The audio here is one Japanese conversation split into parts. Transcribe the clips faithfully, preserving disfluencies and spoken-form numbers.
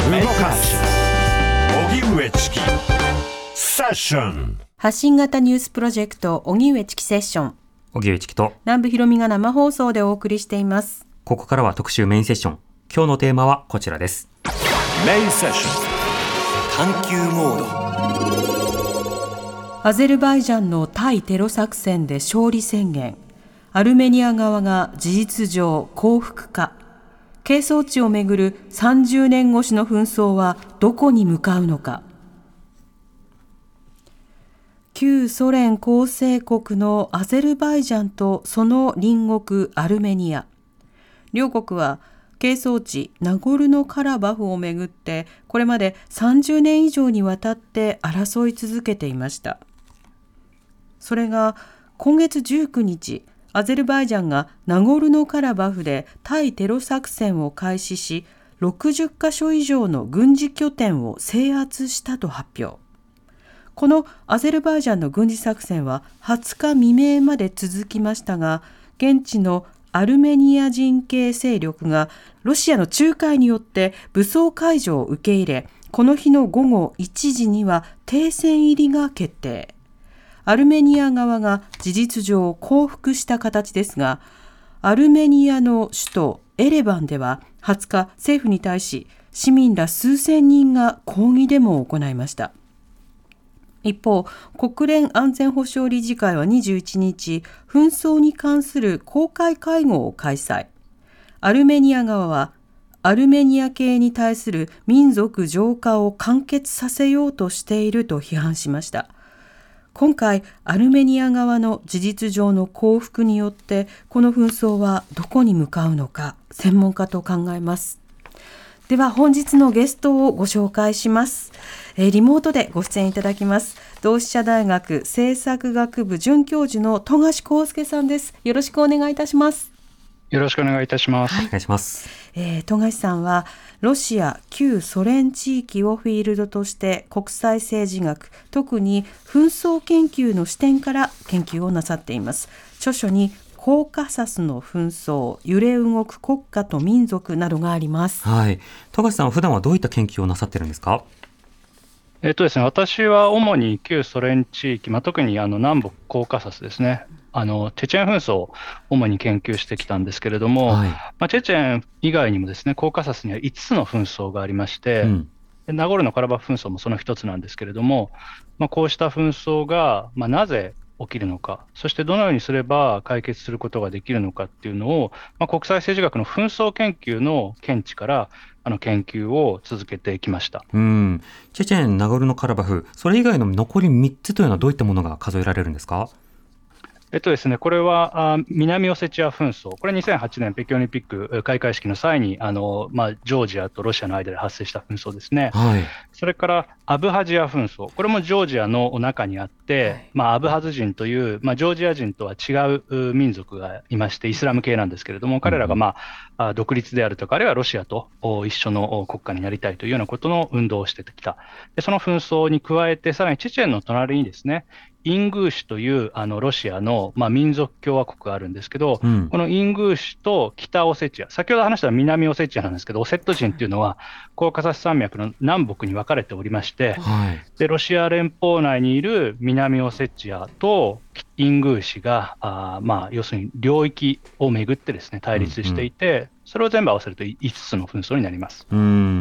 動かす荻上チキセッション。 発信型ニュースプロジェクト荻上チキセッション、 荻上チキと南部ひろみが生放送でお送りしています。 ここからは特集メインセッション。今日のテーマはこちらです。 メインセッション探求モード。 アゼルバイジャンの対テロ作戦で勝利宣言。アルメニア側が事実上降伏か。係争地をめぐるさんじゅうねん越しの紛争はどこに向かうのか。旧ソ連構成国のアゼルバイジャンとその隣国アルメニア。両国は係争地ナゴルノカラバフをめぐってこれまでさんじゅうねん以上にわたって争い続けていました。それが今月じゅうくにち、アゼルバイジャンがナゴルノカラバフで対テロ作戦を開始し、ろくじゅっかしょ以上の軍事拠点を制圧したと発表。このアゼルバイジャンの軍事作戦ははつか未明まで続きましたが、現地のアルメニア人系勢力がロシアの仲介によって武装解除を受け入れ、この日のごごいちじには停戦入りが決定。アルメニア側が事実上降伏した形ですが、アルメニアの首都エレバンでははつか政府に対し市民ら数千人が抗議デモを行いました。一方、国連安全保障理事会はにじゅういちにち、紛争に関する公開会合を開催。アルメニア側は、アルメニア系に対する民族浄化を完結させようとしていると批判しました。今回、アルメニア側の事実上の降伏によって、この紛争はどこに向かうのか、専門家と考えます。では本日のゲストをご紹介します。えー、リモートでご出演いただきます。同志社大学政策学部准教授の富樫康介さんです。よろしくお願いいたします。 よろしくお願いいたします。 はい、お願いします。 えー、富樫さんはロシア旧ソ連地域をフィールドとして国際政治学、特に紛争研究の視点から研究をなさっています。著書にコーカサスの紛争、揺れ動く国家と民族などがあります。 はい、富樫さんは普段はどういった研究をなさっているんですか？ えっとですね、私は主に旧ソ連地域、まあ、特にあの南北コーカサスですね、あのチェチェン紛争を主に研究してきたんですけれども、 はい、 まあ、チェチェン以外にもですね、コーカサスにはいつつの紛争がありまして、うん、でナゴルノカラバフ紛争もその一つなんですけれども、まあ、こうした紛争が、まあ、なぜ起きるのか、そしてどのようにすれば解決することができるのかっていうのを、まあ、国際政治学の紛争研究の見地からあの研究を続けてきました。 うん、チェチェン、ナゴルノカラバフ、それ以外の残りみっつというのはどういったものが数えられるんですか？ えっとですね、これはあ南オセチア紛争、これにせんはちねん北京オリンピック開会式の際にあの、まあ、ジョージアとロシアの間で発生した紛争ですね。 はい、 それからアブハジア紛争、これもジョージアの中にあって、はい、まあ、アブハズ人という、まあ、ジョージア人とは違う民族がいまして、イスラム系なんですけれども、彼らが、まあ、うん、独立であるとか、あるいはロシアと一緒の国家になりたいというようなことの運動をしてきた。でその紛争に加えて、さらにチェチェンの隣にですね、イングーシュというあのロシアの、まあ、民族共和国があるんですけど、うん、このイングーシュと北オセチア、先ほど話した南オセチアなんですけど、オセット人というのはコーカサス山脈の南北に分かれておりまして、はい、でロシア連邦内にいる南オセチアとイングーシュがあ、まあ、要するに領域をめぐってですね対立していて、うんうん、それを全部合わせるといつつの紛争になります。 うん、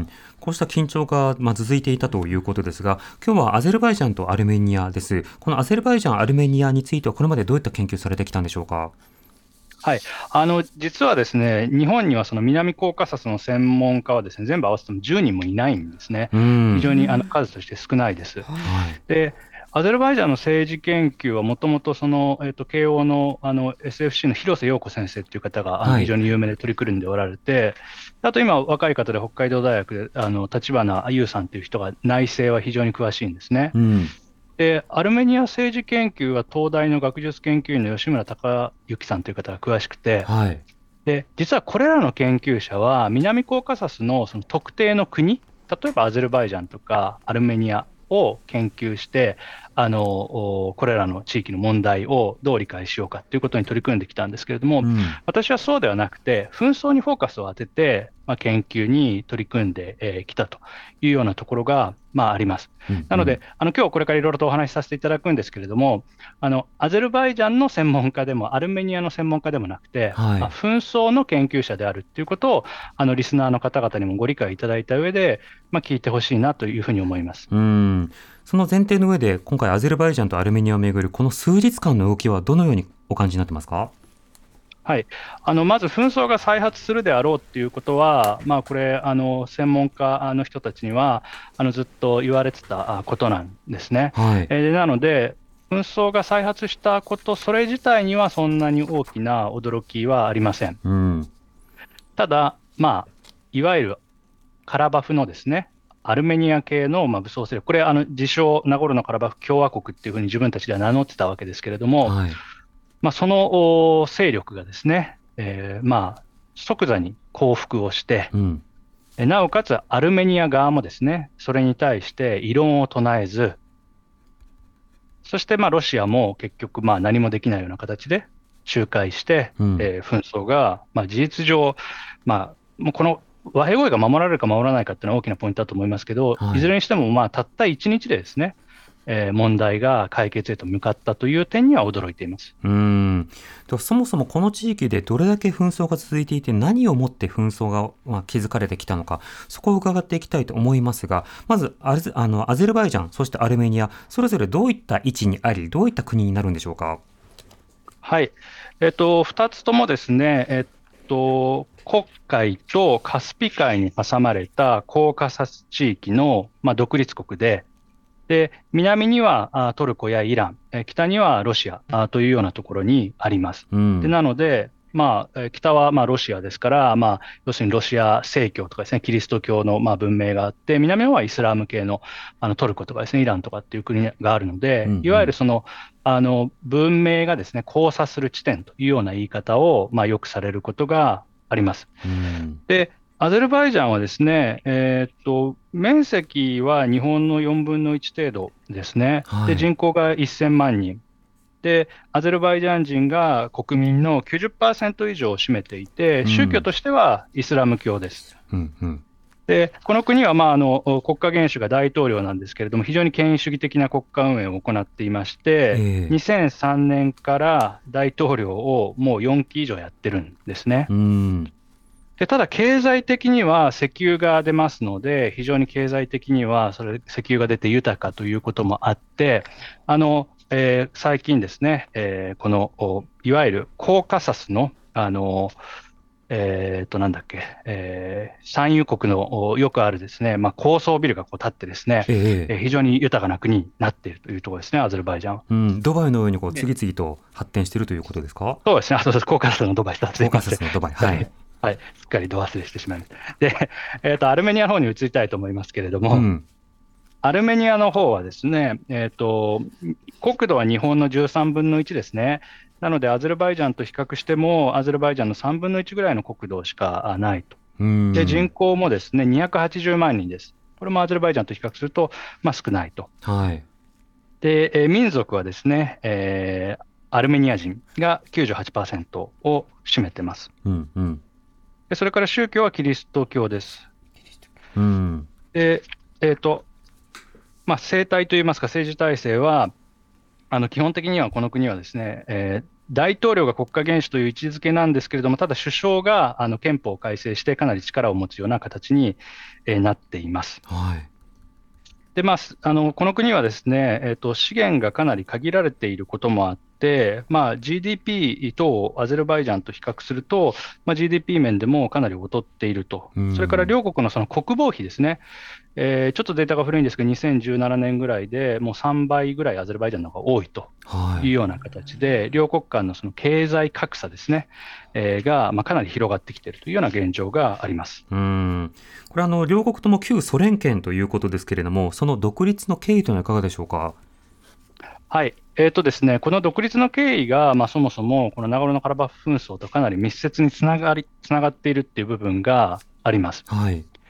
こうした緊張が、まあ、続いていたということですが、今日はアゼルバイジャンとアルメニアです。このアゼルバイジャン、アルメニアについてはこれまでどういった研究されてきたんでしょうか？ はい、あの実はですね、日本にはその南コーカサスの専門家はですね、全部合わせてもじゅうにんもいないんですね。非常にあの数として少ないです。はい、でアゼルバイジャンの政治研究はもともとその、えーと、慶応の、あの エスエフシー の広瀬陽子先生という方が、はい、非常に有名で取り組んでおられて、あと今若い方で北海道大学であの立花優さんという人が内政は非常に詳しいんですね。うん、でアルメニア政治研究は東大の学術研究員の吉村隆之さんという方が詳しくて、はい、で実はこれらの研究者は南コーカサス の, その特定の国、例えばアゼルバイジャンとかアルメニアを研究して、 あのこれらの地域の問題をどう理解しようかということに取り組んできたんですけれども、 うん、 私はそうではなくて、紛争にフォーカスを当てて、まあ、研究に取り組んでき、えー、たというようなところが、まあ、あります。 うんうん、 なので、あの今日これからいろいろとお話しさせていただくんですけれども、あのアゼルバイジャンの専門家でも、アルメニアの専門家でもなくて、 はい、 まあ、紛争の研究者であるということを、あのリスナーの方々にもご理解いただいた上で、まあ、聞いてほしいなというふうに思います。 うん、その前提の上で、今回、アゼルバイジャンとアルメニアをめぐるこの数日間の動きは、どのようにお感じになってますか？ はい、あのまず紛争が再発するであろうということは、まあ、これあの、専門家の人たちにはあのずっと言われてたことなんですね。 はい、 えー、なので、紛争が再発したこと、それ自体にはそんなに大きな驚きはありません。 うん、 ただ、まあ、いわゆるカラバフのですね、アルメニア系のまあ武装勢力、これあの自称ナゴルノカラバフ共和国っていうふうに自分たちでは名乗ってたわけですけれども、 はい、 まあ、その勢力がですね、えー、まあ即座に降伏をして、 うん、 なおかつアルメニア側もですね、それに対して異論を唱えず、そしてまあロシアも結局まあ何もできないような形で仲介して、うん、えー、紛争がまあ事実上、まあ、もうこの和平合意が守られるか守らないかっていうのは大きなポイントだと思いますけど、はい、いずれにしてもまあたったいちにちでですね、えー、問題が解決へと向かったという点には驚いています。 うーん、そもそもこの地域でどれだけ紛争が続いていて、何をもって紛争が、まあ、築かれてきたのか、そこを伺っていきたいと思いますが、まずアゼあのアゼルバイジャン、そしてアルメニア、それぞれどういった位置にあり、どういった国になるんでしょうか。 はい、えっと、ふたつともですね、えっと、黒海とカスピ海に挟まれたコーカサス地域の、まあ、独立国で、で南にはあトルコやイラン、え北にはロシアあというようなところにあります。うん、でなので、まあ、北はまあロシアですから、まあ、要するにロシア正教とかですね、キリスト教のまあ文明があって、南の方はイスラム系の、あのトルコとかですね、イランとかっていう国があるので、うんうん、いわゆるそのあの文明がですね交差する地点というような言い方をまあよくされることがあります。うん、でアゼルバイジャンはですね、えー、っと面積は日本のよんぶんのいち程度ですね、はい、で人口がせんまんにんで、アゼルバイジャン人が国民の きゅうじゅっパーセント 以上を占めていて、宗教としてはイスラム教です。うんうん、でこの国は、まあ、あの国家元首が大統領なんですけれども、非常に権威主義的な国家運営を行っていまして、えー、にせんさんねんから大統領をもうよんき以上やってるんですね。うんでただ、経済的には石油が出ますので、非常に経済的にはそれ石油が出て豊かということもあって、あのえー、最近ですね、えー、このいわゆるコーカサスの、あのえー、となんだっけ、えー、産油国のよくあるですね、まあ、高層ビルがこう建ってですね、えー、非常に豊かな国になっているというところですね、アゼルバイジャンは。 うん、ドバイのようにこう次々と発展しているということですか。 そうですね、あそうです、コーカサスのドバイ、コーカサスのドバイ、はい。はいはい、すっかり度忘れしてしまいました。で、えーと、アルメニアの方に移りたいと思いますけれども、うん、アルメニアの方はですね、えーと、国土は日本のじゅうさんぶんのいちですね。なので、アゼルバイジャンと比較しても、アゼルバイジャンのさんぶんのいちぐらいの国土しかないと。で、人口もですね、にひゃくはちじゅうまんにんです。これもアゼルバイジャンと比較すると、まあ、少ないと。はい、で、えー、民族はですね、えー、アルメニア人が きゅうじゅうはちパーセント を占めてます。うんうんそれから宗教はキリスト教です。うん、で、えーとまあ、政体といいますか、政治体制は、あの基本的にはこの国はですね、えー、大統領が国家元首という位置づけなんですけれども、ただ首相があの憲法を改正して、かなり力を持つような形に、えー、なっています。はいでまあ、あのこの国はですね、えーと、資源がかなり限られていることもあって、まあ、ジーディーピー とアゼルバイジャンと比較すると、まあ、ジーディーピー 面でもかなり劣っていると、それから両国のその国防費ですね、えー、ちょっとデータが古いんですけど、にせんじゅうななねんぐらいでもうさんばいぐらいアゼルバイジャンの方が多いというような形で、はい、両国間のその経済格差ですね、えー、が、まあ、かなり広がってきているというような現状があります。 うーんこれあの両国とも旧ソ連圏ということですけれども、その独立の経緯というのはいかがでしょうか。 はいえーとですね、この独立の経緯が、まあ、そもそもこのナゴルノカラバフ紛争とかなり密接につながりつながっているっていう部分があります。はい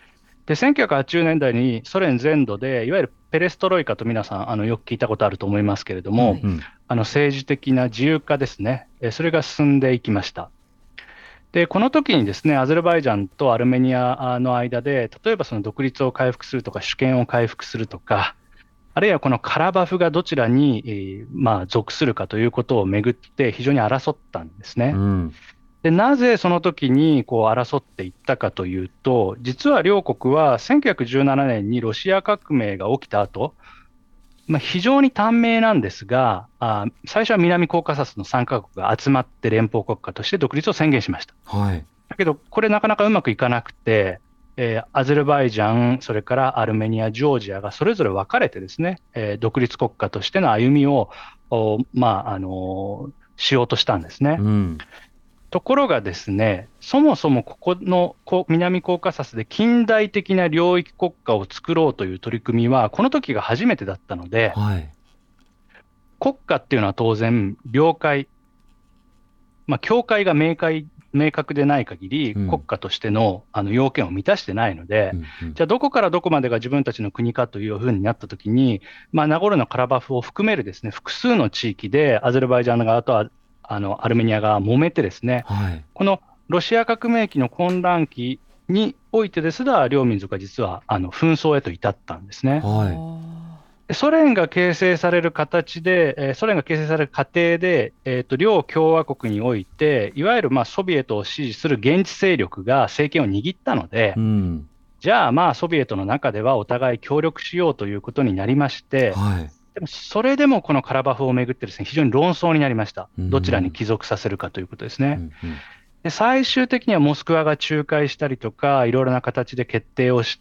でせんきゅうひゃくはちじゅうねんだいにソ連全土でいわゆるペレストロイカと皆さんあのよく聞いたことあると思いますけれども、 はいうんあの政治的な自由化ですね、えそれが進んでいきました。でこの時にですねアゼルバイジャンとアルメニアの間で例えばその独立を回復するとか主権を回復するとか、あるいはこのカラバフがどちらに、えーまあ、属するかということをめぐって非常に争ったんですね。 うんでなぜその時にこう争っていったかというと、実は両国はせんきゅうひゃくじゅうななねんにロシア革命が起きた後、まあ、非常に短命なんですが、あ最初は南コーカサスのさんカ国が集まって連邦国家として独立を宣言しました。 はいだけど、これなかなかうまくいかなくて、えーアゼルバイジャン、それからアルメニア、ジョージアがそれぞれ分かれてですね、えー独立国家としての歩みを、おまああのーしようとしたんですね。 うんところがですね、そもそもここのこ南コーカサスで近代的な領域国家を作ろうという取り組みは、この時が初めてだったので、 はい国家っていうのは当然、領海、まあ、境界が明快明確でない限り、 うん国家としてのあの要件を満たしてないので、 うんうんじゃあ、どこからどこまでが自分たちの国かというふうになったときに、まあ、ナゴルノカラバフを含めるですね複数の地域で、アゼルバイジャン側とああのアルメニア側が揉めて、ですねはいこのロシア革命期の混乱期においてですら、両民族は実はあの紛争へと至ったんですね。 はでソ連が形成される形で、えーソ連が形成される過程で、えーと、両共和国において、いわゆるまあソビエトを支持する現地勢力が政権を握ったので、 いうんじゃあ、まあソビエトの中ではお互い協力しようということになりまして、 はいでもそれでもこのカラバフをめぐってですね、非常に論争になりました。 うんどちらに帰属させるかということですね。 うんうんで最終的にはモスクワが仲介したりとか、いろいろな形で決定をして、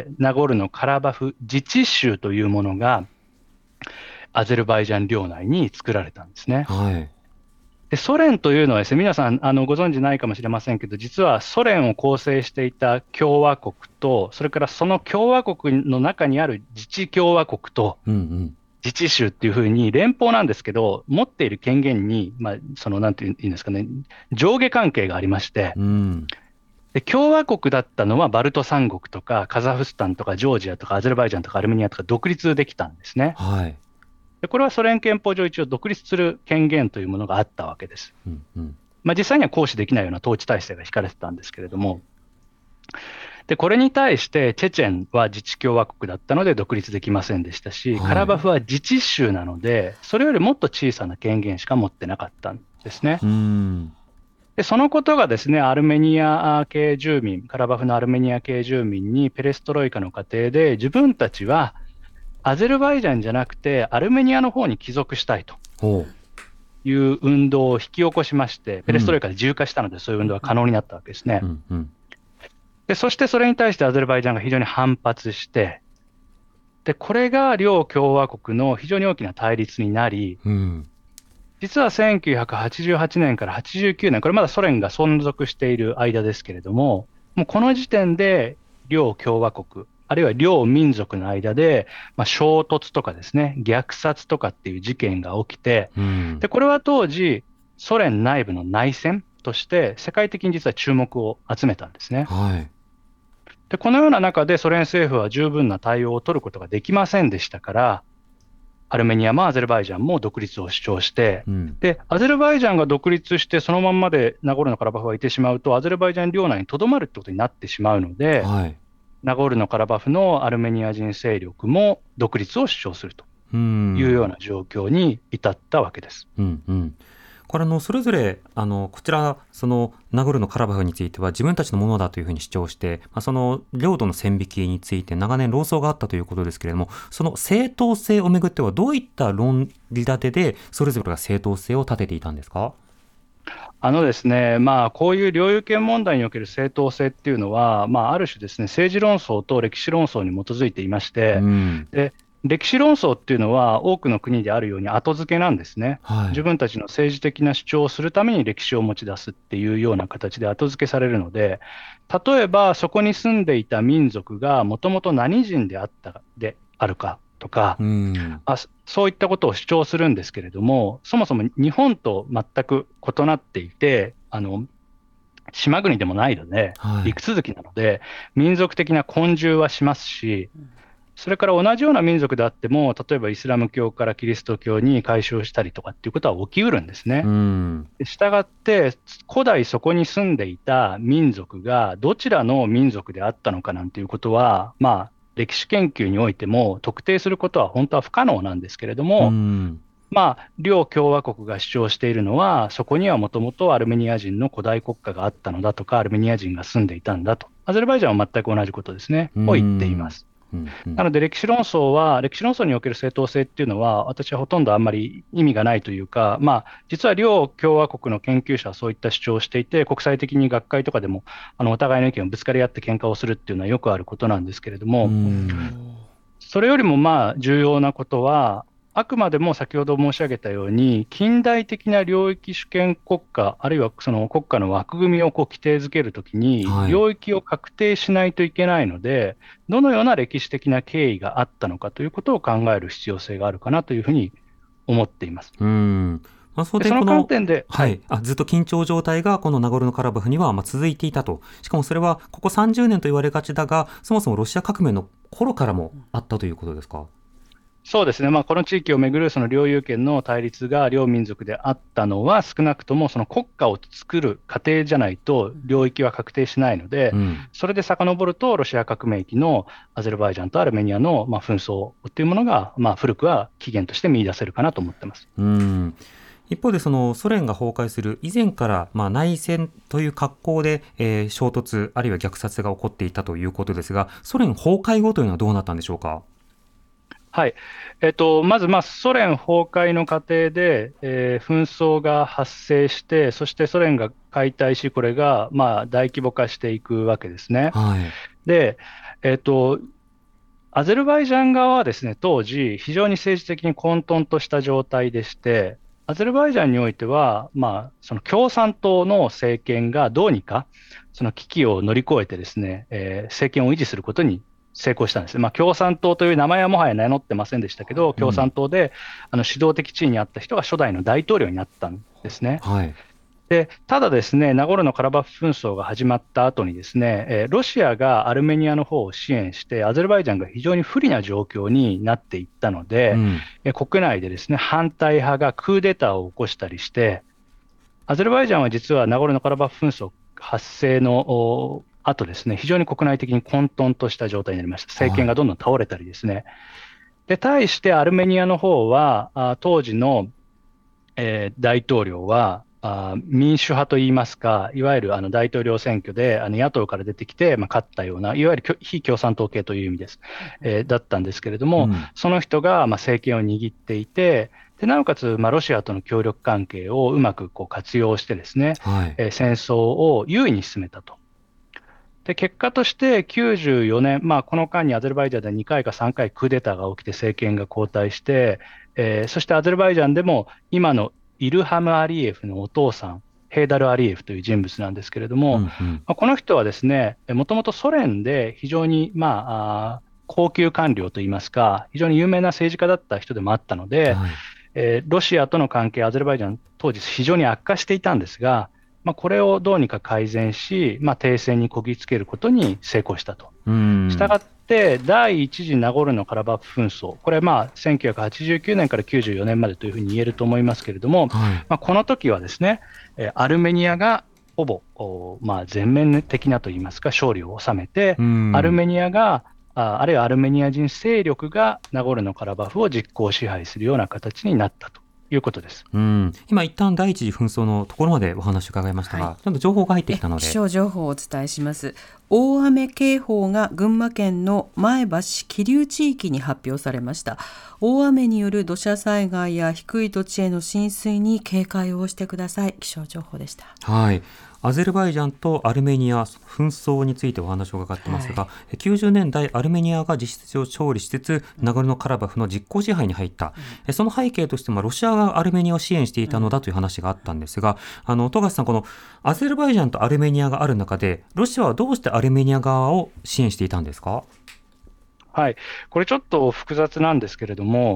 ナゴルノカラバフ自治州というものが、アゼルバイジャン領内に作られたんですね。 はいでソ連というのはですね、皆さんあのご存知ないかもしれませんけど、実はソ連を構成していた共和国と、それからその共和国の中にある自治共和国と、 うんうん自治州っていうふうに連邦なんですけど、持っている権限に、まあ、そのなんていうんですかね、上下関係がありまして、 うんで共和国だったのはバルト三国とかカザフスタンとかジョージアとかアゼルバイジャンとかアルメニアとか独立できたんですね。 はいでこれはソ連憲法上一応独立する権限というものがあったわけです。 うんうんまあ、実際には行使できないような統治体制が敷かれてたんですけれども、でこれに対してチェチェンは自治共和国だったので独立できませんでしたし、 はいカラバフは自治州なので、それよりもっと小さな権限しか持ってなかったんですね。 うんでそのことがですね、アルメニア系住民、カラバフのアルメニア系住民にペレストロイカの過程で、自分たちはアゼルバイジャンじゃなくて、アルメニアの方に帰属したいとほいう運動を引き起こしまして、ペレストロイカで自由化したので、そういう運動が可能になったわけですね。 ううんうんでそしてそれに対してアゼルバイジャンが非常に反発して、でこれが両共和国の非常に大きな対立になり、 うん実はせんきゅうひゃくはちじゅうはちねんからはちじゅうきゅうねん、これまだソ連が存続している間ですけれども、もうこの時点で両共和国、あるいは両民族の間で、まあ、衝突とかですね、虐殺とかっていう事件が起きて、 うんでこれは当時、ソ連内部の内戦として世界的に実は注目を集めたんですね。 はいでこのような中でソ連政府は十分な対応を取ることができませんでしたから、アルメニアもアゼルバイジャンも独立を主張して、 うんでアゼルバイジャンが独立して、そのまんまでナゴルノカラバフがいてしまうと、アゼルバイジャン領内にとどまるってことになってしまうので、 はいナゴルノカラバフのアルメニア人勢力も独立を主張するとうんいうような状況に至ったわけです。 うんうんこれあのそれぞれあのこちらそのナゴルノカラバフについては自分たちのものだというふうに主張して、まあ、その領土の線引きについて長年論争があったということですけれども、その正当性をめぐってはどういった論理立てでそれぞれが正当性を立てていたんですか？ あのですね、まあ、こういう領有権問題における正当性っていうのは、まあ、ある種ですね、政治論争と歴史論争に基づいていまして、 うんで歴史論争っていうのは多くの国であるように後付けなんですね。 はい自分たちの政治的な主張をするために歴史を持ち出すっていうような形で後付けされるので、例えばそこに住んでいた民族がもともと何人であったであるかとか、 うんあそういったことを主張するんですけれども、そもそも日本と全く異なっていて、あの島国でもないので、 はい。 陸続きなので、民族的な混住はしますし、それから同じような民族であっても、例えばイスラム教からキリスト教に改宗したりとかっていうことは起きうるんですうね。 ん。 したがって、古代そこに住んでいた民族がどちらの民族であったのかなんていうことは、まあ、歴史研究においても特定することは本当は不可能なんですけれどうも、 ん。 まあ、両共和国が主張しているのは、そこにはもともとアルメニア人の古代国家があったのだとか、アルメニア人が住んでいたんだと、アゼルバイジャンは全く同じことですね、 うん。 を言っています。 うんうんなので、歴史論争は、歴史論争における正当性っていうのは、私はほとんどあんまり意味がないというか、まあ、実は両共和国の研究者はそういった主張をしていて、国際的に学会とかでも、あのお互いの意見をぶつかり合って喧嘩をするっていうのはよくあることなんですけれどうも、 ん。 それよりもまあ重要なことは、あくまでも先ほど申し上げたように、近代的な領域主権国家、あるいはその国家の枠組みをこう規定づけるときに、 はい。 領域を確定しないといけないので、どのような歴史的な経緯があったのかということを考える必要性があるかなというふうに思っています。 うん。まあ、それでそのでこの、 観点で、はい、 はい。あ、ずっと緊張状態がこのナゴルノカラバフにはまあ続いていたと。しかもそれはここさんじゅうねんと言われがちだが、そもそもロシア革命の頃からもあったということですか。 そうですね、まあ、この地域をめぐるその領有権の対立が両民族であったのは、少なくともその国家を作る過程じゃないと領域は確定しないので、 うん。 それで遡ると、ロシア革命期のアゼルバイジャンとアルメニアのまあ紛争というものが、まあ古くは起源として見出せるかなと思ってます。 うん。一方でそのソ連が崩壊する以前からまあ内戦という格好で、えー衝突あるいは虐殺が起こっていたということですが、ソ連崩壊後というのはどうなったんでしょうか。 はいえっと、まず、まあ、ソ連崩壊の過程で、えー紛争が発生して、そしてソ連が解体し、これがまあ大規模化していくわけですね。 はい。 で、えっと、アゼルバイジャン側はですね、当時、非常に政治的に混沌とした状態でして、アゼルバイジャンにおいては、まあ、その共産党の政権がどうにか、その危機を乗り越えてですね、えー政権を維持することに成功したんですね。まあ、共産党という名前はもはや名乗ってませんでしたけど、共産党であの指導的地位にあった人が初代の大統領になったんですね。 はい。 でただですね、ナゴルノカラバフ紛争が始まった後にですね、えーロシアがアルメニアの方を支援して、アゼルバイジャンが非常に不利な状況になっていったので、 うん。 えー国内でですね、反対派がクーデターを起こしたりして、アゼルバイジャンは実はナゴルノカラバフ紛争発生のお後ですね、非常に国内的に混沌とした状態になりました。政権がどんどん倒れたりですね。で対してアルメニアの方は、あ当時のえー大統領は、あ民主派といいますか、いわゆるあの大統領選挙であの野党から出てきて、まあ、勝ったような、いわゆるきょ非共産党系という意味です、えーだったんですけれども、 うんその人がまあ政権を握っていて、でなおかつまあロシアとの協力関係をうまくこう活用してですね、 はい。 えー戦争を優位に進めたと。で結果としてきゅうじゅうよねん、まあ、この間にアゼルバイジャンでにかいかさんかいクーデターが起きて政権が交代して、えーそしてアゼルバイジャンでも今のイルハム・アリエフのお父さん、ヘイダル・アリエフという人物なんですけれども、 うんうん。 まあ、この人はですね、もともとソ連で非常に、まあ、あー高級官僚といいますか、非常に有名な政治家だった人でもあったので、 はい。 えーロシアとの関係、アゼルバイジャン、当時非常に悪化していたんですが、まあ、これをどうにか改善し、まあ、停戦にこぎつけることに成功したと。 うん。 したがって、第一次ナゴルノカラバフ紛争、これはまあせんきゅうひゃくはちじゅうきゅうねんからきゅうじゅうよねんまでというふうに言えると思いますけれども、 はい。 まあ、この時はですね、えーアルメニアがほぼ、おまあ、全面的なといいますか、勝利を収めて、 うんアルメニアが、ああるいはアルメニア人勢力がナゴルノカラバフを実効支配するような形になったということです。 うん、今一旦第一次紛争のところまでお話を伺いましたが、 はい、 ちょっと情報が入ってきたので気象情報をお伝えします。大雨警報が群馬県の前橋桐生地域に発表されました。大雨による土砂災害や低い土地への浸水に警戒をしてください。気象情報でした。 はい。アゼルバイジャンとアルメニア紛争についてお話を伺ってますが、はい、きゅうじゅうねんだいアルメニアが実質上勝利しつつナゴルノカラバフの実効支配に入った、うん、その背景としてもロシアがアルメニアを支援していたのだという話があったんですが、あの富樫さん、このアゼルバイジャンとアルメニアがある中でロシアはどうしてアルメニア側を支援していたんですか？ はい、これちょっと複雑なんですけれども、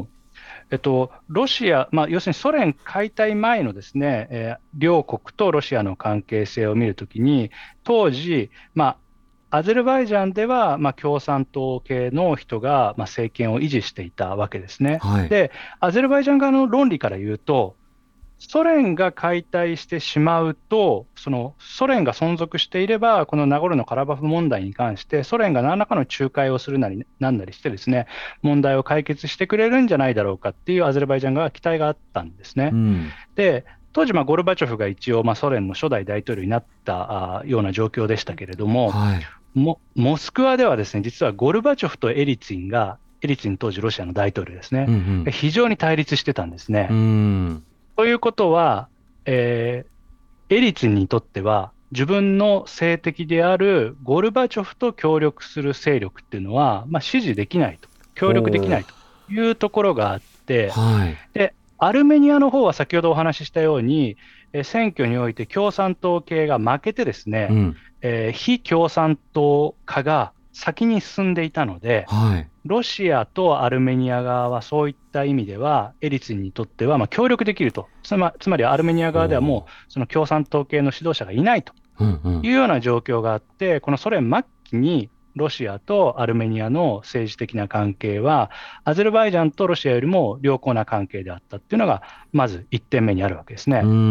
えっと、ロシア、まあ、要するにソ連解体前のですね、えー両国とロシアの関係性を見るときに、当時、まあ、アゼルバイジャンでは、まあ、共産党系の人が、まあ、政権を維持していたわけですね。 はい。 で、アゼルバイジャン側の論理から言うと、ソ連が解体してしまうと、そのソ連が存続していれば、このナゴルノカラバフ問題に関して、ソ連が何らかの仲介をするなりなんなりしてですね、問題を解決してくれるんじゃないだろうかっていうアゼルバイジャン側は期待があったんですね。 うん。 で、当時、まあゴルバチョフが一応、まあソ連の初代大統領になったあような状況でしたけれども、 はい。 モモスクワではですね、実はゴルバチョフとエリツィンが、エリツィン当時ロシアの大統領ですね、 うん非常に対立してたんですね。 うん。うんということは、えーエリツィンにとっては、自分の政敵であるゴルバチョフと協力する勢力っていうのは、まあ、支持できないと、協力できないというところがあって、 はい。 で、アルメニアの方は先ほどお話ししたように、えー選挙において共産党系が負けてですね、 うん。 えー非共産党化が先に進んでいたので、 はい。 ロシアとアルメニア側はそういった意味では、エリツィンにとってはまあ協力できると、つまつまりアルメニア側ではもうその共産党系の指導者がいないとうんうん。 いうような状況があって、このソ連末期にロシアとアルメニアの政治的な関係は、アゼルバイジャンとロシアよりも良好な関係であったっていうのが、まずいってんめにあるわけですね。 うん。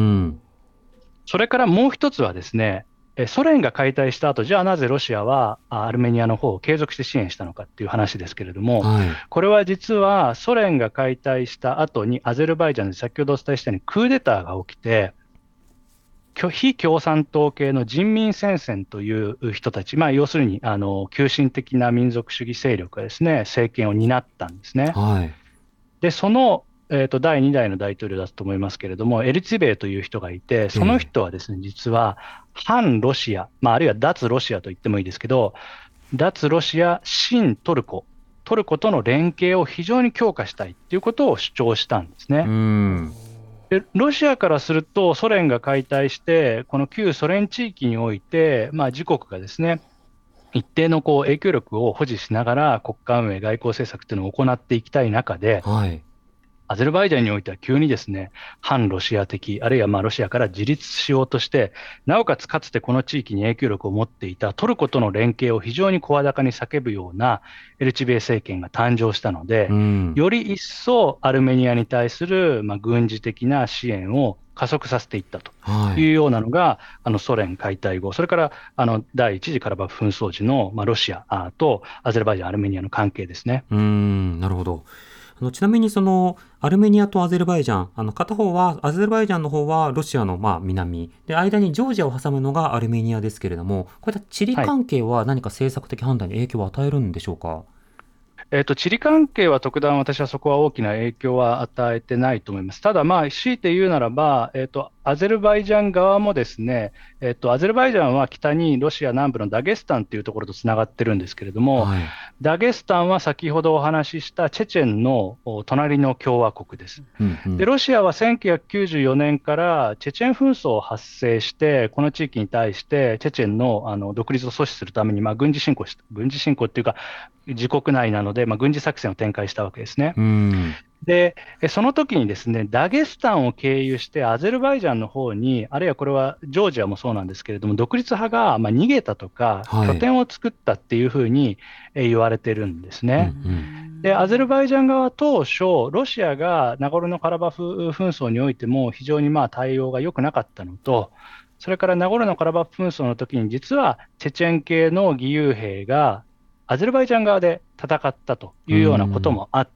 それからもう一つはですね、えソ連が解体した後、じゃあなぜロシアはあアルメニアの方を継続して支援したのかっていう話ですけれども、 はい。 これは実はソ連が解体した後にアゼルバイジャンで先ほどお伝えしたようにクーデターが起きて、きょ非共産党系の人民戦線という人たち、まあ、要するにあの急進的な民族主義勢力がですね、政権を担ったんですね。 はい。 で、その、えーと、だいに代の大統領だったと思いますけれども、エリツィベイという人がいて、その人はですね、実は反ロシア、まあ、あるいは脱ロシアと言ってもいいですけど、脱ロシア、親トルコ、トルコとの連携を非常に強化したいということを主張したんですね。 うん。 でロシアからすると、ソ連が解体して、この旧ソ連地域において、まあ、自国がですね、一定のこう影響力を保持しながら国家運営、外交政策というのを行っていきたい中で、 はい。 アゼルバイジャンにおいては急にですね、反ロシア的、あるいはまあロシアから自立しようとして、なおかつかつてこの地域に影響力を持っていたトルコとの連携を非常に声高に叫ぶようなエルチベイ政権が誕生したので、 うん。 より一層アルメニアに対するまあ軍事的な支援を加速させていったとはいい。 うようなのが、あのソ連解体後、それからあの第一次カラバフ紛争時のまあロシアあとアゼルバイジャン、アルメニアの関係ですね。 うーん、なるほど。あのちなみにそのアルメニアとアゼルバイジャン、あの片方はアゼルバイジャンの方はロシアのまあ南で、間にジョージアを挟むのがアルメニアですけれども、こういった地理関係は何か政策的判断に影響を与えるんでしょうか。 えっと、地理関係は特段、私はそこは大きな影響は与えてないと思います。ただ、まあ、強いて言うならば、えっと、アゼルバイジャン側もですね、えっと、アゼルバイジャンは北にロシア南部のダゲスタンというところとつながってるんですけれども、 はい。 ダゲスタンは先ほどお話ししたチェチェンのお隣の共和国です。 うんうん。 で、ロシアはせんきゅうひゃくきゅうじゅうよねんからチェチェン紛争発生して、この地域に対してチェチェンのあの独立を阻止するために、まあ、軍事侵攻し、軍事侵攻っていうか、自国内なので、まあ、軍事作戦を展開したわけですね。 うーん。 で、えその時にですね、ダゲスタンを経由してアゼルバイジャンの方に、あるいはこれはジョージアもそうなんですけれども、独立派がまあ逃げたとか、 はい拠点を作ったっていうふうにえ言われてるんですね。 うんうん。 で、アゼルバイジャン側は当初、ロシアがナゴルノカラバフ紛争においても非常にまあ対応が良くなかったのと、それからナゴルノカラバフ紛争の時に、実はチェチェン系の義勇兵がアゼルバイジャン側で戦ったというようなこともあって、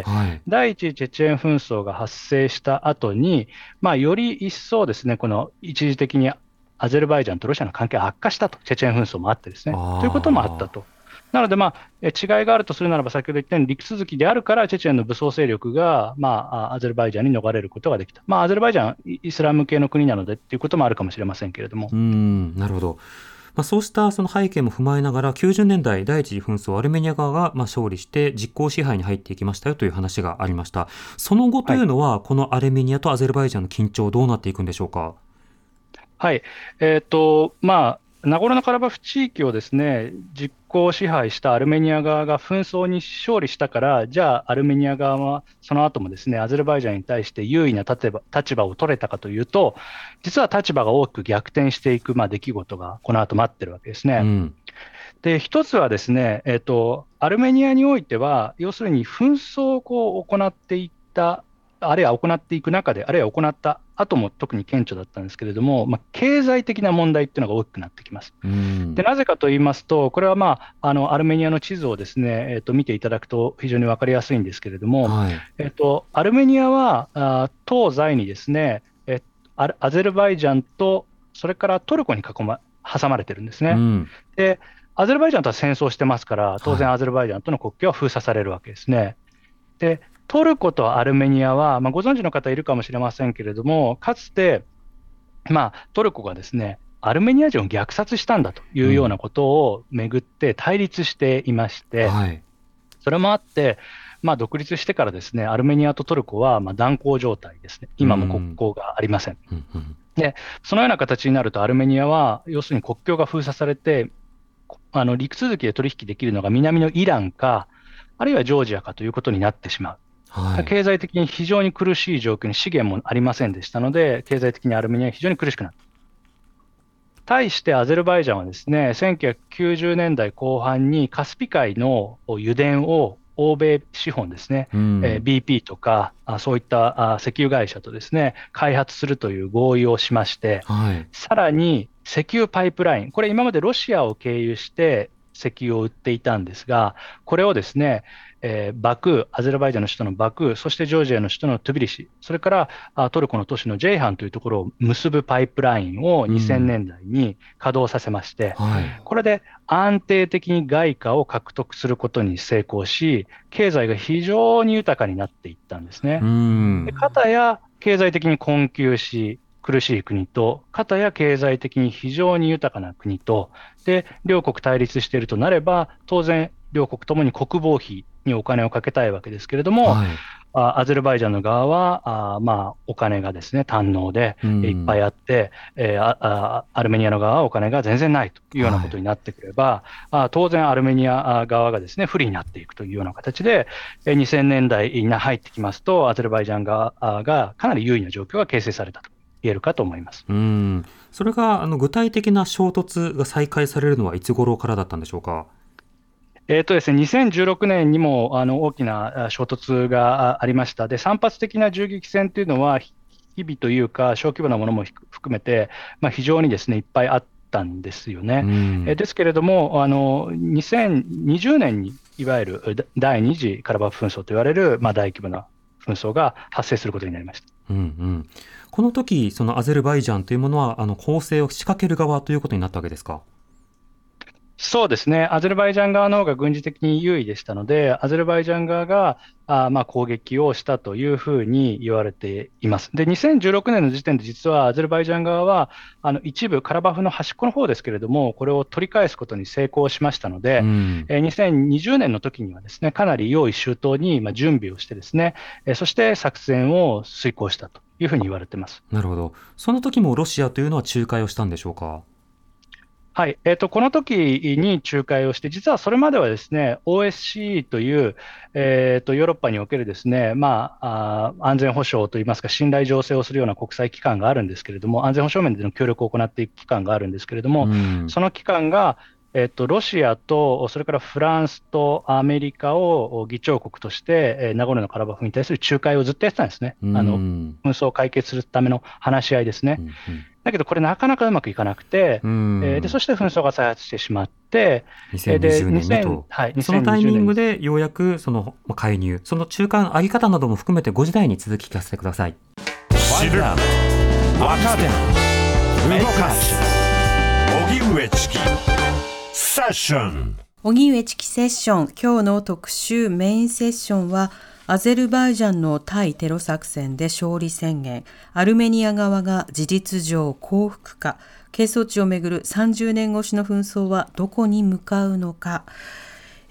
はい。 第一次チェチェン紛争が発生した後に、まあ、より一層ですね、この一時的にアゼルバイジャンとロシアの関係が悪化したと、チェチェン紛争もあってですね、 あーということもあったと。なので、まあ、え違いがあるとするならば、先ほど言ったように陸続きであるから、チェチェンの武装勢力が、まあ、あアゼルバイジャンに逃れることができた。まあ、アゼルバイジャン、イイスラム系の国なのでっていうこともあるかもしれませんけれどもうー。ん、なるほど。まあ、そうしたその背景も踏まえながら、きゅうじゅうねんだい第一次紛争、アルメニア側がまあ勝利して実効支配に入っていきましたよという話がありました。その後というのは、このアルメニアとアゼルバイジャンの緊張、どうなっていくんでしょうか。 はい。えっと、まあ、 ナゴルノカラバフ地域をですね、実効支配したアルメニア側が紛争に勝利したから、じゃあアルメニア側はその後もですね、アゼルバイジャンに対して優位な立場、立場を取れたかというと、実は立場が大きく逆転していく、まあ、出来事がこの後待ってるわけですね。うん、で、一つはですね、えーと、アルメニアにおいては、要するに紛争をこう行っていった、あるいは行っていく中で、あるいは行った後も特に顕著だったんですけれども、まあ、経済的な問題っていうのが大きくなってきます。でなぜかと言いますと、これは、まあ、あのアルメニアの地図をですね、えーと、見ていただくと非常に分かりやすいんですけれども、はい、えーと、アルメニアはあ東西にですね、えー、アゼルバイジャンと、それからトルコに囲ま挟まれてるんですね。うん、でアゼルバイジャンとは戦争してますから、当然アゼルバイジャンとの国境は封鎖されるわけですね。はい、でトルコとアルメニアは、まあ、ご存知の方いるかもしれませんけれども、かつて、まあ、トルコがですね、アルメニア人を虐殺したんだというようなことをめぐって対立していまして、うんはい、それもあって、まあ、独立してからですね、アルメニアとトルコはまあ断交状態ですね。今も国交がありません。うんうん、でそのような形になると、アルメニアは要するに国境が封鎖されて、あの陸続きで取引できるのが南のイランか、あるいはジョージアかということになってしまう。はい、経済的に非常に苦しい状況に、資源もありませんでしたので、経済的にアルメニアは非常に苦しくなった。対してアゼルバイジャンはですね、せんきゅうひゃくきゅうじゅうねんだいこう半にカスピ海の油田を欧米資本ですね、うんえー、ビーピー とかあそういったあ石油会社とですね、開発するという合意をしまして、はい、さらに石油パイプライン、これ今までロシアを経由して石油を売っていたんですが、これをですね、えー、バクー、アゼルバイジャンの首都のバクー、そしてジョージアの首都のトゥビリシ、それからあトルコの都市のジェイハンというところを結ぶパイプラインをにせんねんだいに稼働させまして、うんはい、これで安定的に外貨を獲得することに成功し、経済が非常に豊かになっていったんですね。うんでかたや経済的に困窮し、苦しい国と、かたや経済的に非常に豊かな国と、で両国対立しているとなれば、当然、両国ともに国防費にお金をかけたいわけですけれども、はい、あアゼルバイジャンの側は、あまあ、お金がですね、堪能でいっぱいあって、うんえー、あアルメニアの側はお金が全然ないというようなことになってくれば、はい、あ当然、アルメニア側がですね、不利になっていくというような形で、にせんねんだいに入ってきますと、アゼルバイジャン側がかなり優位な状況が形成されたと言えるかと思います。 うんそれがあの具体的な衝突が再開されるのはいつ頃からだったんでしょうか。 えーとですね、にせんじゅうろくねんにもあの大きな衝突がありました。で、散発的な銃撃戦というのは、日々というか、小規模なものも含めて、まあ、非常にですね、いっぱいあったんですよね。うんえー、ですけれども、あのにせんにじゅうねんにいわゆる第二次カラバフ紛争と言われる、まあ、大規模な紛争が発生することになりました。 うんうんこの時、そのアゼルバイジャンというものは、あの攻勢を仕掛ける側ということになったわけですか。 そうですね、アゼルバイジャン側の方が軍事的に優位でしたので、アゼルバイジャン側があまあ攻撃をしたというふうに言われています。で、にせんじゅうろくねんの時点で、実はアゼルバイジャン側は、あの一部、カラバフの端っこの方ですけれども、これを取り返すことに成功しましたので、うん、えー、にせんにじゅうねんの時にはですね、かなり用意周到にまあ準備をしてですね、えー、そして作戦を遂行したというふうに言われています。 なるほど。その時もロシアというのは仲介をしたんでしょうか。 はいえー、とこの時に仲介をして、実はそれまではですね オーエスシー という、えー、とヨーロッパにおけるですね、まあ、あ安全保障といいますか、信頼醸成をするような国際機関があるんですけれども、安全保障面での協力を行っていく機関があるんですけれども、うん、その機関が、えー、とロシアと、それからフランスとアメリカを議長国として、えー、ナゴルノカラバフに対する仲介をずっとやってたんですね、うん、あの紛争を解決するための話し合いですね。うんうんだけど、これなかなかうまくいかなくて、えー、でそして紛争が再発してしまって、 にせんにじゅうねんにと、はい、そのタイミングでようやくその介入、その中間、上げ方なども含めてごじ台に続き聞かせてください。 知る、わかる、動かす、荻上チキセッション。 荻上チキセッション、今日の特集メインセッションは、アゼルバイジャンの対テロ作戦で勝利宣言、アルメニア側が事実上降伏か、係争地をめぐるさんじゅうねん越しの紛争はどこに向かうのか、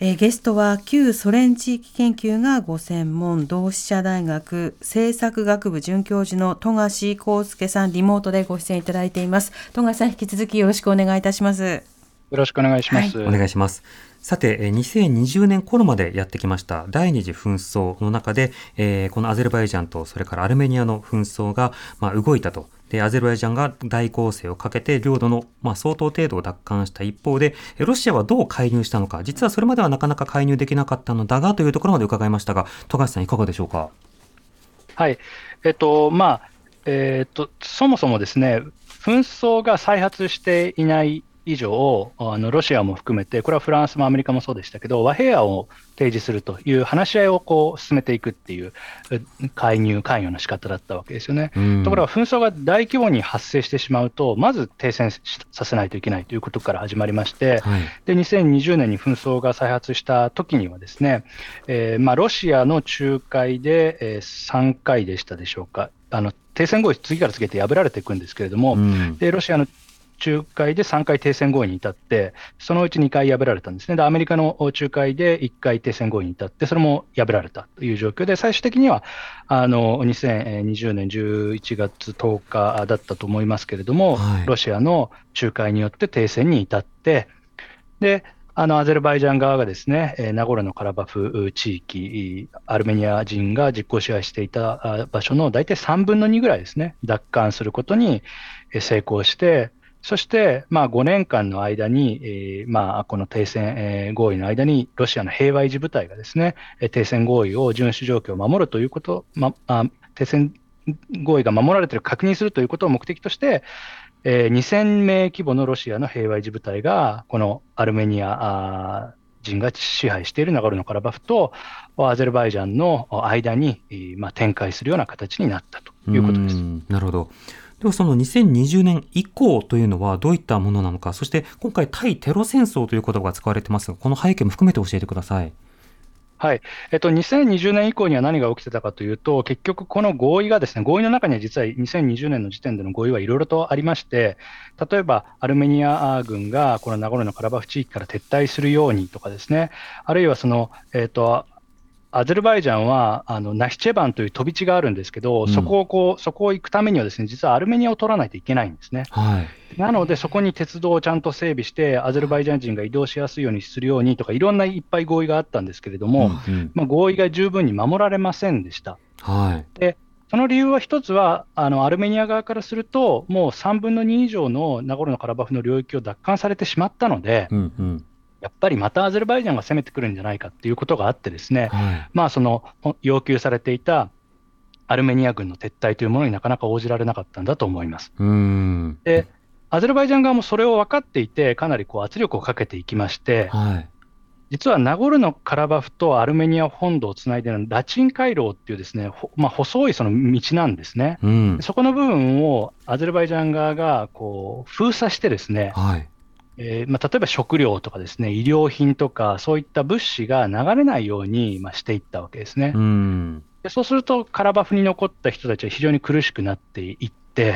えー、ゲストは旧ソ連地域研究がご専門、同志社大学政策学部准教授の富樫康介さん、リモートでご出演いただいています。富樫さん、引き続きよろしくお願いいたします。 よろしくお願いします。 はい、お願いします。さて、にせんにじゅうねん頃までやってきました第二次紛争の中で、えー、このアゼルバイジャンとそれからアルメニアの紛争が、まあ、動いたと。で、アゼルバイジャンが大攻勢をかけて領土の、まあ、相当程度を奪還した一方で、ロシアはどう介入したのか、実はそれまではなかなか介入できなかったのだがというところまで伺いましたが、富樫さんいかがでしょうか。 はい、えっとまあえっとそもそもですね、紛争が再発していない以上、あのロシアも含めて、これはフランスもアメリカもそうでしたけど、和平案を提示するという話し合いをこう進めていくっていう介入、関与の仕方だったわけですよね。ところが紛争が大規模に発生してしまうと、まず停戦させないといけないということから始まりまして、はい、でにせんにじゅうねんに紛争が再発した時にはですね、えーまあ、ロシアの仲介で、えー、さんかいでしたでしょうか、あの停戦合意、次から次へと破られていくんですけれども、うん、でロシアの仲介でさんかい停戦合意に至って、そのうちにかい破られたんですね。でアメリカの仲介でいっかい停戦合意に至って、それも破られたという状況で、最終的にはあのにせんにじゅうねんじゅういちがつとおかだったと思いますけれども、はい、ロシアの仲介によって停戦に至って、であのアゼルバイジャン側がですね、ナゴルノカラバフ地域、アルメニア人が実効支配していた場所の大体さんぶんのにぐらいですね、奪還することに成功して、そして、まあ、ごねんかんの間に、えーまあ、この停戦、えー、合意の間に、ロシアの平和維持部隊がですね、停戦合意を、遵守状況を守るということ、まあ、停戦合意が守られている確認するということを目的として、えー、にせんめい規模のロシアの平和維持部隊が、このアルメニア人が支配しているナゴルノカラバフとアゼルバイジャンの間に、まあ、展開するような形になったということです。 なるほど。ではそのにせんにじゅうねん以降というのはどういったものなのか、そして今回対テロ戦争という言葉が使われてますが、この背景も含めて教えてください。 はい、えっと、にせんにじゅうねん以降には何が起きてたかというと、結局この合意がですね、合意の中には実はにせんにじゅうねんの時点での合意はいろいろとありまして、例えばアルメニア軍がこのナゴルノカラバフ地域から撤退するようにとかですね、あるいはその、えっとアゼルバイジャンはあのナヒチェバンという飛び地があるんですけど、うん、そこをこうそこを行くためにはですね、実はアルメニアを取らないといけないんですね。はい、なのでそこに鉄道をちゃんと整備してアゼルバイジャン人が移動しやすいようにするようにとか、いろんないっぱい合意があったんですけれども、うんうん、まあ、合意が十分に守られませんでした。はい、でその理由は一つはあのアルメニア側からすると、もうさんぶんのに以上のナゴルノカラバフの領域を奪還されてしまったので、うんうん、やっぱりまたアゼルバイジャンが攻めてくるんじゃないかということがあってですね、はい、まあ、その要求されていたアルメニア軍の撤退というものになかなか応じられなかったんだと思います。うーんでアゼルバイジャン側もそれを分かっていて、かなりこう圧力をかけていきまして、はい、実はナゴルノカラバフとアルメニア本土をつないでいるラチン回廊っていうですね、まあ、細いその道なんですね、うん、そこの部分をアゼルバイジャン側がこう封鎖してですね、はい、えーまあ、例えば食料とかですね、医療品とかそういった物資が流れないように、まあ、していったわけですね。うんでそうするとカラバフに残った人たちは非常に苦しくなっていって、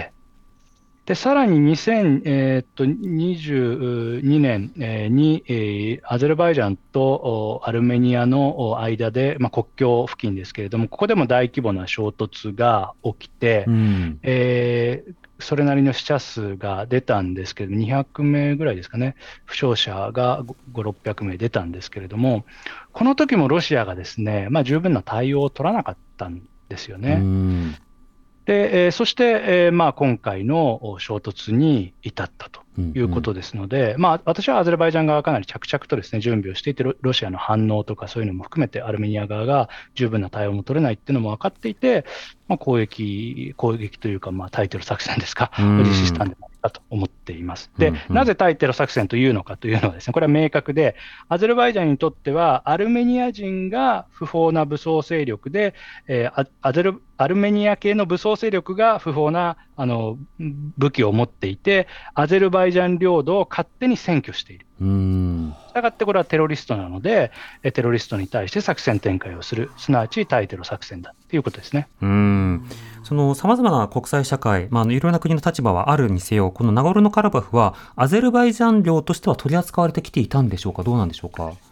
でさらににせんにじゅうにねんに、えー、アゼルバイジャンとアルメニアの間で、まあ、国境付近ですけれども、ここでも大規模な衝突が起きて、うんえーそれなりの死者数が出たんですけれども、にひゃくめいぐらいですかね、負傷者がごひゃく、ろっぴゃくめい出たんですけれども、この時もロシアがですね、まあ、十分な対応を取らなかったんですよね。うんでえー、そして、えーまあ、今回の衝突に至ったということですので、うんうんまあ、私はアゼルバイジャン側がかなり着々とですね、準備をしていて、ロ、ロシアの反応とかそういうのも含めて、アルメニア側が十分な対応も取れないっていうのも分かっていて、まあ、攻撃、攻撃というか、まあ、対テロ作戦ですか、を実施したんではないかと思っています。で、うんうん、なぜ対テロ作戦というのかというのはですね、これは明確で、アゼルバイジャンにとっては、アルメニア人が不法な武装勢力で、えー、アゼルアルメニア系の武装勢力が不法なあの武器を持っていて、アゼルバイジャン領土を勝手に占拠している。うーんしたがってこれはテロリストなので、テロリストに対して作戦展開をする、すなわち対テロ作戦だということですね。 うーんそのさまざまな国際社会、まあ、いろんな国の立場はあるにせよ、このナゴルノカラバフはアゼルバイジャン領としては取り扱われてきていたんでしょうか、どうなんでしょうか。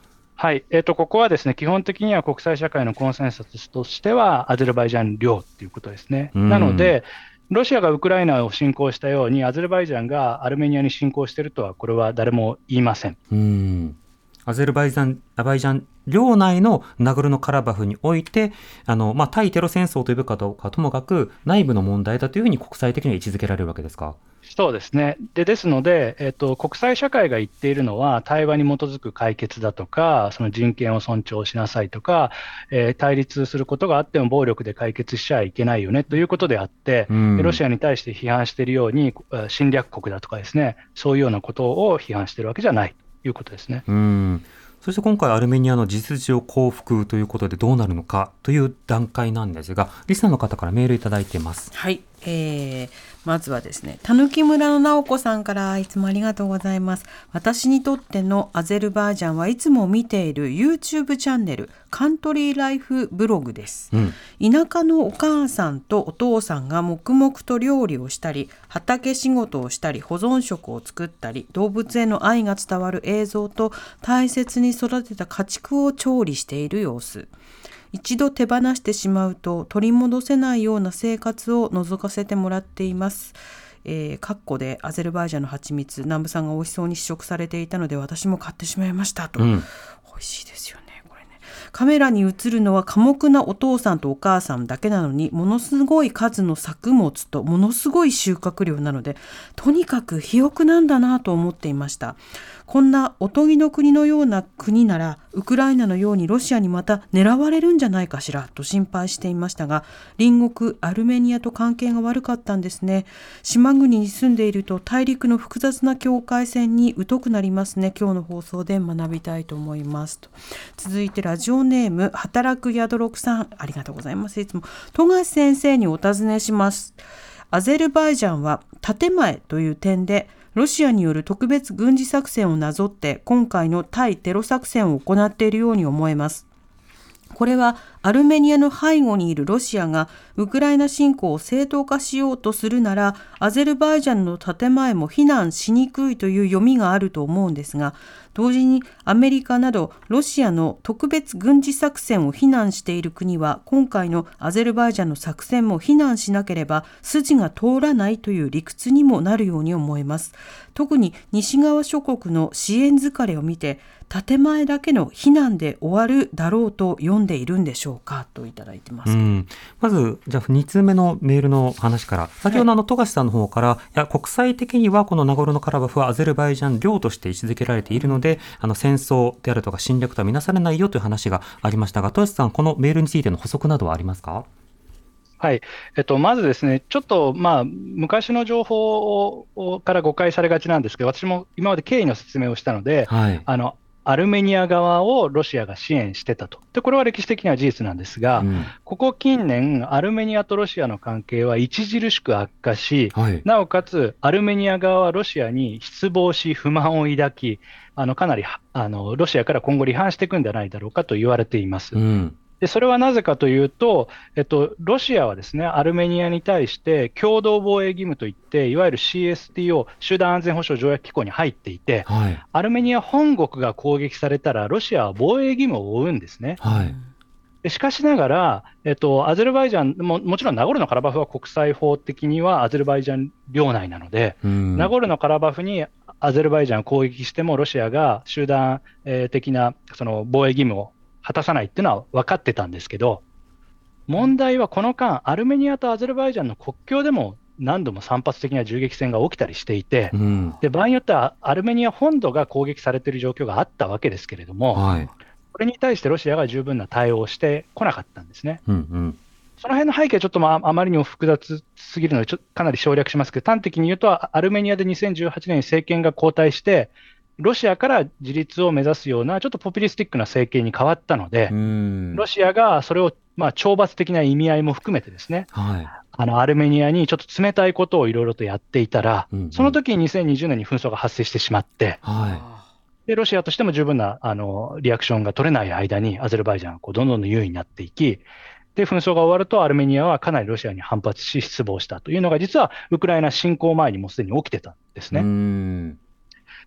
はい、えーと、ここはですね、基本的には国際社会のコンセンサスとしては、アゼルバイジャン領ということですね。 うんなので、ロシアがウクライナを侵攻したように、アゼルバイジャンがアルメニアに侵攻しているとは、これは誰も言いません。 うんアゼルバイジャン、アバイジャン領内のナゴルノカラバフにおいて、あの、まあ、対テロ戦争というかどうかともかく、内部の問題だというふうに国際的には位置づけられるわけですか。 そうですね。で、ですので、えっと、国際社会が言っているのは、対話に基づく解決だとか、その人権を尊重しなさいとか、えー対立することがあっても暴力で解決しちゃいけないよねということであって、 うんでロシアに対して批判しているように、えー侵略国だとかですね、そういうようなことを批判しているわけじゃないということですね。 うんそして今回アルメニアの事実上降伏ということでどうなるのかという段階なんですが、リスナーの方からメールいただいています。 はい、えー、まずはですね、たぬき村の直子さんからいつもありがとうございます。私にとってのアゼルバイジャンはいつも見ている YouTube チャンネルカントリーライフブログです、 うん田舎のお母さんとお父さんが黙々と料理をしたり、畑仕事をしたり、保存食を作ったり、動物への愛が伝わる映像と大切に育てた家畜を調理している様子。一度手放してしまうと取り戻せないような生活を覗かせてもらっています。えー、カッコでアゼルバイジャンの蜂蜜、南部さんが美味しそうに試食されていたので私も買ってしまいましたと、 うん美味しいですよねこれね。カメラに映るのは寡黙なお父さんとお母さんだけなのに、ものすごい数の作物とものすごい収穫量なので、とにかく肥沃なんだなと思っていました。こんなおとぎの国のような国ならウクライナのようにロシアにまた狙われるんじゃないかしらと心配していましたが、隣国アルメニアと関係が悪かったんですね。島国に住んでいると大陸の複雑な境界線に疎くなりますね。今日の放送で学びたいと思いますと。続いてラジオネーム働く宿六さん、ありがとうございます。いつも富樫先生にお尋ねします。アゼルバイジャンは建前という点でロシアによる特別軍事作戦をなぞって今回の対テロ作戦を行っているように思えます。これはアルメニアの背後にいるロシアがウクライナ侵攻を正当化しようとするなら、アゼルバイジャンの建前も非難しにくいという読みがあると思うんですが、同時にアメリカなどロシアの特別軍事作戦を非難している国は今回のアゼルバイジャンの作戦も非難しなければ筋が通らないという理屈にもなるように思えます。特に西側諸国の支援疲れを見て、建前だけの非難で終わるだろうと読んでいるんでしょうかといただいてます。 うん、まずじゃあに通目のメールの話から、先ほどあの富樫さんの方から、はい、いや国際的にはこのナゴルノカラバフはアゼルバイジャン領として位置づけられているので、あの戦争であるとか侵略とは見なされないよという話がありましたが、富樫さん、このメールについての補足などはありますか？ はい、えっと、まずですね、ちょっと、まあ、昔の情報をから誤解されがちなんですけど、私も今まで経緯の説明をしたので、 はい、 あのアルメニア側をロシアが支援してたと。で、これは歴史的には事実なんですが、うん、ここ近年、アルメニアとロシアの関係は著しく悪化し、はい、なおかつ、アルメニア側はロシアに失望し、不満を抱き、あのかなりあのロシアから今後離反していくんじゃないだろうかと言われています。うん、でそれはなぜかというと、えっと、ロシアはですね、アルメニアに対して共同防衛義務といって、いわゆる シーエスティーオー、集団安全保障条約機構に入っていて、はい、アルメニア本国が攻撃されたら、ロシアは防衛義務を負うんですね。はい、でしかしながら、えっと、アゼルバイジャンも、もちろんナゴルノカラバフは国際法的にはアゼルバイジャン領内なので、うん、ナゴルノカラバフにアゼルバイジャンを攻撃しても、ロシアが集団的なその防衛義務を果たさないっていうのは分かってたんですけど、問題はこの間、アルメニアとアゼルバイジャンの国境でも何度も散発的な銃撃戦が起きたりしていて、うん、で場合によってはアルメニア本土が攻撃されている状況があったわけですけれども、はい、これに対してロシアが十分な対応をしてこなかったんですね。うんうん、その辺の背景はちょっと、まあ、あまりにも複雑すぎるのでちょかなり省略しますけど、端的に言うと、アルメニアでにせんじゅうはちねんに政権が交代して、ロシアから自立を目指すようなちょっとポピュリスティックな政権に変わったので、ロシアがそれをまあ懲罰的な意味合いも含めてですね、はい、あのアルメニアにちょっと冷たいことをいろいろとやっていたら、うんうん、その時ににせんにじゅうねんに紛争が発生してしまって、はい、でロシアとしても十分なあのリアクションが取れない間にアゼルバイジャンがこうどんどん優位になっていき、で紛争が終わるとアルメニアはかなりロシアに反発し失望したというのが実はウクライナ侵攻前にもすでに起きてたんですね。うん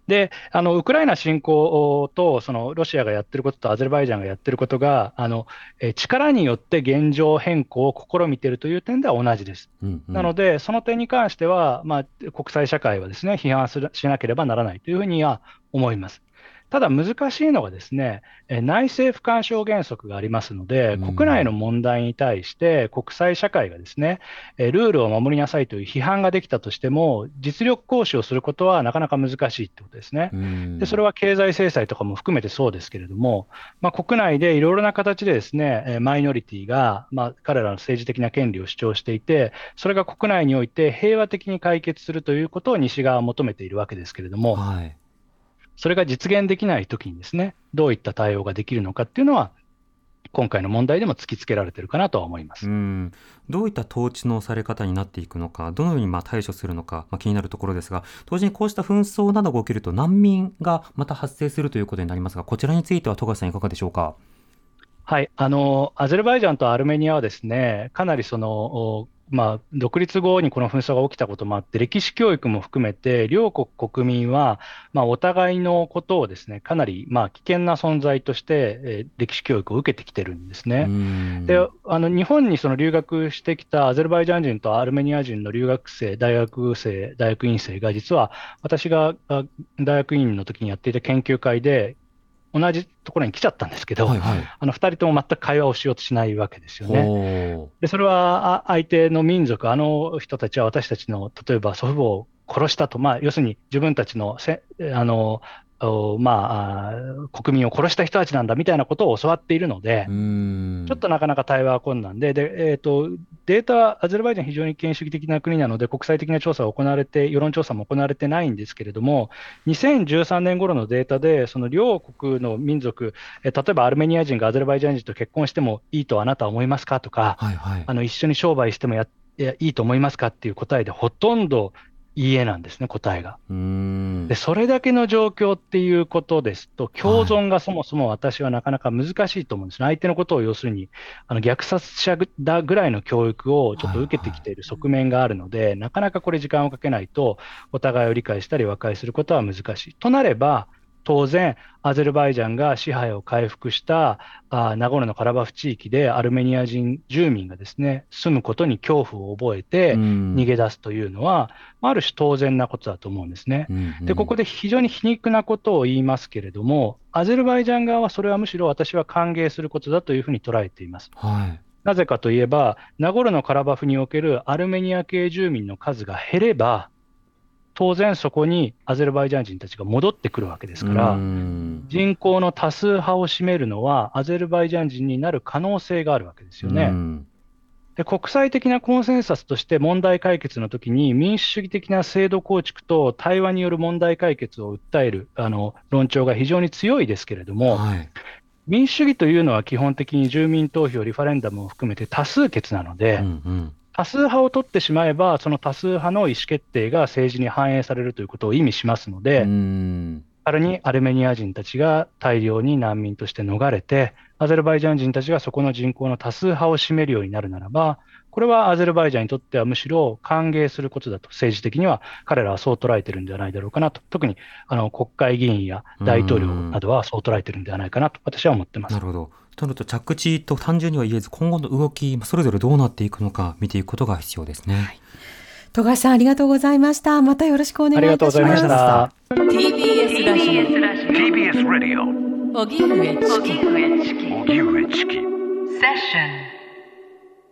で、あのウクライナ侵攻とそのロシアがやってることとアゼルバイジャンがやってることが、あのえ力によって現状変更を試みているという点では同じです。 うんうん、 なので、その点に関しては、まあ、国際社会はですね、批判するしなければならないというふうには思います。ただ難しいのがですね、内政不干渉原則がありますので、 うん国内の問題に対して国際社会がですね、ルールを守りなさいという批判ができたとしても、実力行使をすることはなかなか難しいということですね。 うんでそれは経済制裁とかも含めてそうですけれども、まあ、国内でいろいろな形でですね、マイノリティが、まあ、彼らの政治的な権利を主張していて、それが国内において平和的に解決するということを西側は求めているわけですけれども、 はいそれが実現できないときにですね、どういった対応ができるのかっていうのは、今回の問題でも突きつけられているかなとは思います。 うんどういった統治のされ方になっていくのか、どのようにまあ対処するのか、まあ、気になるところですが、同時にこうした紛争などが起きると難民がまた発生するということになりますが、こちらについては戸川さんいかがでしょうか。 はい、あのアゼルバイジャンとアルメニアはですね、かなりその、まあ、独立後にこの紛争が起きたこともあって、歴史教育も含めて、両国国民は、まあ、お互いのことをですね、かなりまあ危険な存在として、えー歴史教育を受けてきてるんですね。 うんであの日本にその留学してきたアゼルバイジャン人とアルメニア人の留学生、大学生、大学院生が、実は私があ大学院の時にやっていた研究会で、同じところに来ちゃったんですけど、 はいはいあのふたりとも全く会話をしようとしないわけですよね。 ほでそれはあ相手の民族、あの人たちは私たちの例えば祖父母を殺したと、まあ、要するに自分たちのせあのおまあ、あ国民を殺した人たちなんだみたいなことを教わっているので、 ううんちょっとなかなか対話は困難で、でえー、とデータ、アゼルバイジャン、非常に権威主義的な国なので、国際的な調査が行われて、世論調査も行われてないんですけれども、にせんじゅうさんねん頃のデータで、その両国の民族、え例えばアルメニア人がアゼルバイジャン人と結婚してもいいとあなたは思いますかとか、 はいはいあの一緒に商売してもやいやいいと思いますかっていう答えで、ほとんどいいえなんですね、答えが。 うんでそれだけの状況っていうことですと、共存がそもそも私はなかなか難しいと思うんですね。相手のことを要するに、あの虐殺者だぐらいの教育をちょっと受けてきている側面があるので、なかなかこれ、時間をかけないと、お互いを理解したり和解することは難しい。となれば、当然、アゼルバイジャンが支配を回復したあナゴルノカラバフ地域で、アルメニア人住民がですね、住むことに恐怖を覚えてうん逃げ出すというのは、ある種当然なことだと思うんですね。 うんうんで、ここで非常に皮肉なことを言いますけれども、アゼルバイジャン側はそれはむしろ私は歓迎することだというふうに捉えています。 はいなぜかといえば、ナゴルノカラバフにおけるアルメニア系住民の数が減れば、当然そこにアゼルバイジャン人たちが戻ってくるわけですかうら、 ん人口の多数派を占めるのはアゼルバイジャン人になる可能性があるわけですよね。 うんで国際的なコンセンサスとして問題解決のときに、民主主義的な制度構築と対話による問題解決を訴えるあの論調が非常に強いですけれども、 はい民主主義というのは基本的に住民投票、リファレンダムを含めて多数決なので、 うんうん多数派を取ってしまえば、その多数派の意思決定が政治に反映されるということを意味しますので、 うん仮にアルメニア人たちが大量に難民として逃れて、アゼルバイジャン人たちがそこの人口の多数派を占めるようになるならば、これはアゼルバイジャンにとってはむしろ歓迎することだと、政治的には彼らはそう捉えているんではないだろうかなと、特にあの国会議員や大統領などはそう捉えているんではないかなと、私は思ってます。 なるほど。となると着地と単純には言えず、今後の動き、それぞれどうなっていくのか見ていくことが必要ですね。はい、 戸川さん、ありがとうございました。またよろしくお願いいたします。 ありがとうございました。 ティービーエス ラジオティービーエス ラジオ荻上チキ荻上チキセッション